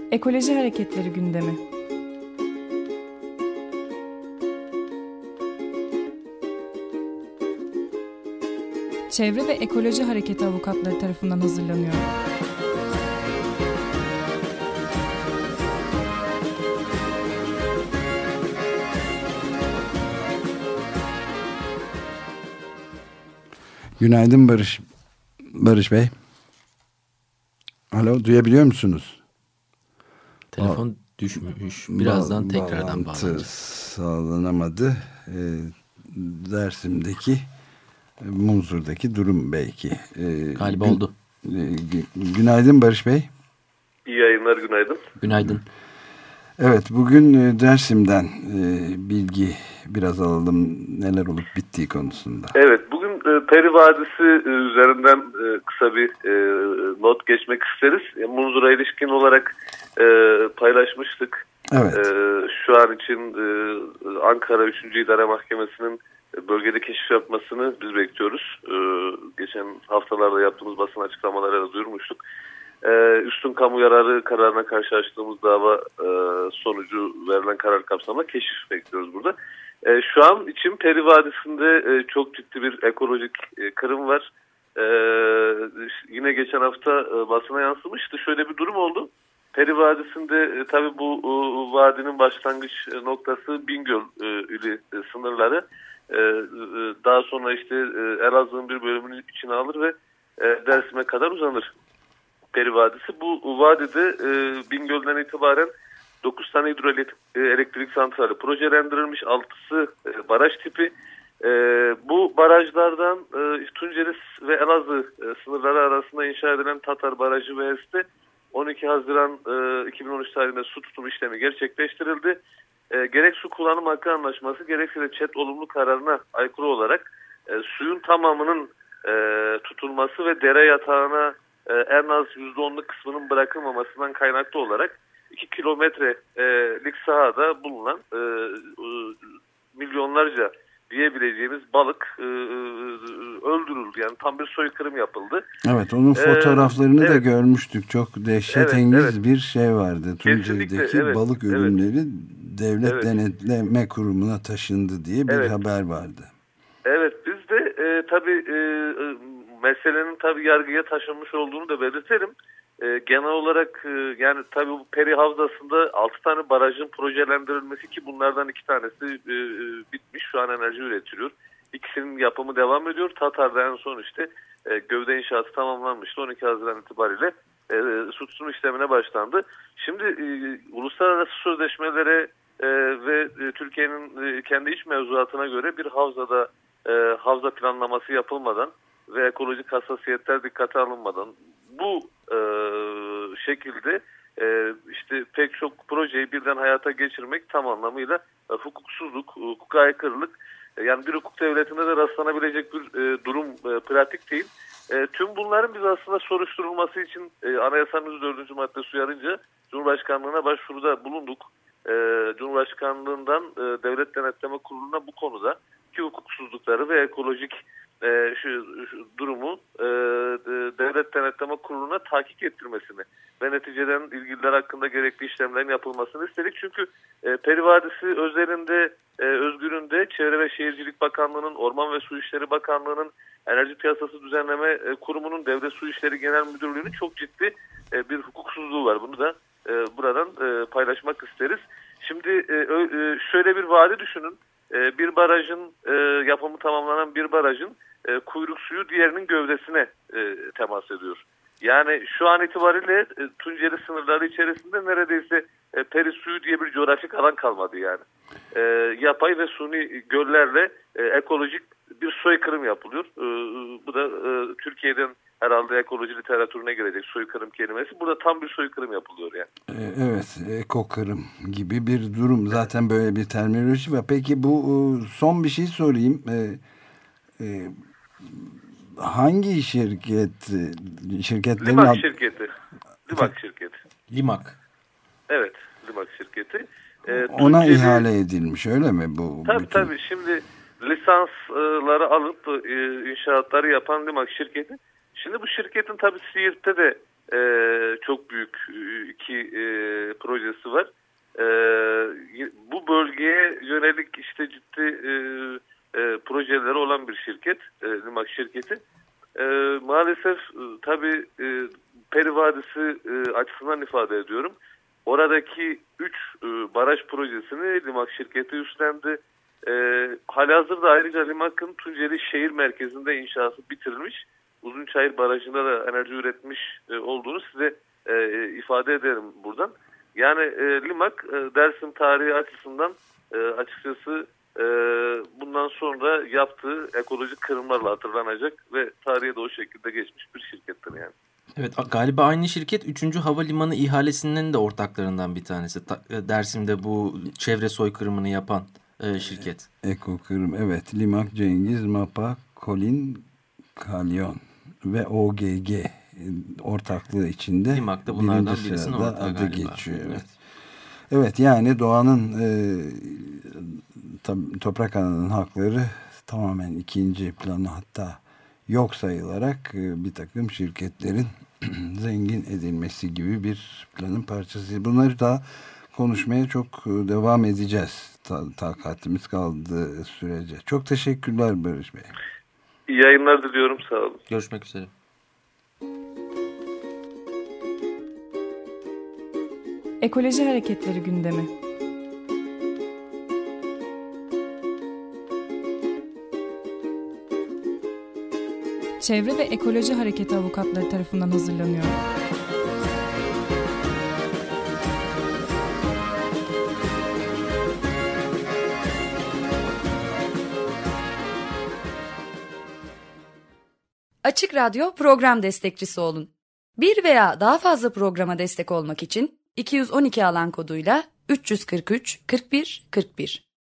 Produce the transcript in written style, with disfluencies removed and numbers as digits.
Ekoloji hareketleri gündemi. Çevre ve Ekoloji Hareketi avukatları tarafından hazırlanıyor. Günaydın Barış Bey. Alo, duyabiliyor musunuz? Telefon düşmüş. Birazdan tekrardan bağlanacak. Sağlanamadı. Dersim'deki Munzur'daki durum belki. Galiba oldu. Günaydın Barış Bey. İyi yayınlar, günaydın. Günaydın. Evet, bugün Dersim'den bilgi biraz alalım, neler olup bittiği konusunda. Evet, bugün Peri Vadisi üzerinden kısa bir not geçmek isteriz. Munzur'a ilişkin olarak paylaşmıştık. Evet. Şu an için Ankara 3. İdare Mahkemesi'nin bölgede keşif yapmasını biz bekliyoruz. Geçen haftalarda yaptığımız basın açıklamalarıyla da duyurmuştuk. Üstün kamu yararı kararına karşı açtığımız dava sonucu verilen karar kapsamında keşif bekliyoruz burada. Şu an için Peri Vadisi'nde çok ciddi bir ekolojik kırım var. Yine geçen hafta basına yansımıştı. Şöyle bir durum oldu. Peri Vadisi'nde tabii bu vadinin başlangıç noktası Bingöl ili sınırları. Daha sonra işte Elazığ'ın bir bölümünü içine alır ve Dersim'e kadar uzanır Peri Vadisi. Bu vadide Bingöl'den itibaren 9 tane hidroelektrik santrali projelendirilmiş. 6'sı baraj tipi. Bu barajlardan Tunceli ve Elazığ sınırları arasında inşa edilen Tatar Barajı ve HES'te 12 Haziran 2013 tarihinde su tutumu işlemi gerçekleştirildi. Gerek su kullanım hakkı anlaşması gerekse de ÇED olumlu kararına aykırı olarak suyun tamamının tutulması ve dere yatağına en az %10'luk kısmının bırakılmamasından kaynaklı olarak 2 kilometrelik sahada bulunan milyonlarca diyebileceğimiz balık öldürüldü. Yani tam bir soykırım yapıldı. Evet, onun fotoğraflarını da görmüştük. Çok dehşetengiz evet. bir şey vardı. Tunceli'deki balık ölümleri Devlet Denetleme Kurumu'na taşındı diye bir haber vardı. Evet, biz de tabii meselenin tabii yargıya taşınmış olduğunu da belirtelim. Genel olarak yani tabii bu Peri Havzası'nda 6 tane barajın projelendirilmesi ki bunlardan 2 tanesi bitmiş. Şu an enerji üretiliyor. İkisinin yapımı devam ediyor. Tatar'da en son işte gövde inşaatı tamamlanmıştı. 12 Haziran itibariyle su tutumu işlemine başlandı. Şimdi uluslararası sözleşmelere ve Türkiye'nin kendi iç mevzuatına göre bir havzada havza planlaması yapılmadan ve ekolojik hassasiyetler dikkate alınmadan bu şekilde işte pek çok projeyi birden hayata geçirmek tam anlamıyla hukuksuzluk, hukuka aykırılık, yani bir hukuk devletinde de rastlanabilecek bir durum pratik değil. Tüm bunların biz aslında soruşturulması için Anayasamız 4. maddesi uyarınca Cumhurbaşkanlığına başvuruda bulunduk. Cumhurbaşkanlığından Devlet Denetleme Kurulu'na bu konuda ki hukuksuzlukları ve ekolojik şu durumu Devlet Denetleme Kurulu'na tahkik ettirmesini ve neticeden ilgililer hakkında gerekli işlemlerin yapılmasını istedik. Çünkü Peri Vadisi özelinde, özgüründe Çevre ve Şehircilik Bakanlığı'nın, Orman ve Su İşleri Bakanlığı'nın, Enerji Piyasası Düzenleme Kurumu'nun, Devlet Su İşleri Genel Müdürlüğü'nün çok ciddi bir hukuksuzluğu var. Bunu da buradan paylaşmak isteriz. Şimdi şöyle bir vade düşünün. Bir barajın yapımı tamamlanan bir barajın kuyruk suyu diğerinin gövdesine temas ediyor. Yani şu an itibariyle Tunceli sınırları içerisinde neredeyse peri suyu diye bir coğrafik alan kalmadı yani. Yapay ve suni göllerle ekolojik bir soykırım yapılıyor. Bu da Türkiye'den herhalde ekoloji literatürüne girecek soykırım kelimesi. Burada tam bir soykırım yapılıyor yani. Evet, ekokırım gibi bir durum. Zaten böyle bir terminoloji var. Peki bu son bir şey sorayım. Hangi şirketlerin Limak şirketi. Limak şirketi. Limak. Evet, Limak şirketi. Ona ihale edilmiş öyle mi bu? Tabii. Şimdi lisansları alıp inşaatları yapan Limak şirketi. Şimdi bu şirketin tabii Siirt'te de çok büyük iki projesi var. Bu bölgeye yönelik işte ciddi projeleri olan bir şirket, Limak şirketi. Maalesef tabii Peri Vadisi açısından ifade ediyorum. Oradaki 3 baraj projesini Limak şirketi üstlendi. Halihazırda ayrıca Limak'ın Tunceli şehir merkezinde inşası bitirilmiş. Uzunçayır Barajı'nda da enerji üretmiş olduğunu size ifade ederim buradan. Yani Limak Dersim tarihi açısından açıkçası bundan sonra yaptığı ekolojik kırımlarla hatırlanacak ve tarihe de o şekilde geçmiş bir şirkettir yani. Evet, galiba aynı şirket 3. Havalimanı ihalesinin de ortaklarından bir tanesi. Dersim'de bu çevre soykırımını yapan şirket. Ekokırım, evet. Limak, Cengiz, MAPA, Kolin, Kalyon ve OGG ortaklığı içinde Limak da bunlardan birisinin ortağı adı galiba. geçiyor. Evet. Evet, yani doğanın toprak alanının hakları tamamen ikinci planı, hatta yok sayılarak bir takım şirketlerin zengin edilmesi gibi bir planın parçası. Bunları da konuşmaya çok devam edeceğiz. Takatimiz kaldığı sürece. Çok teşekkürler Barış Bey. İyi yayınlar diliyorum. Sağ olun. Görüşmek üzere. Ekoloji hareketleri gündemi. Çevre ve Ekoloji Hareketi avukatları tarafından hazırlanıyor. Açık Radyo program destekçisi olun. Bir veya daha fazla programa destek olmak için 212 alan koduyla 343 41 41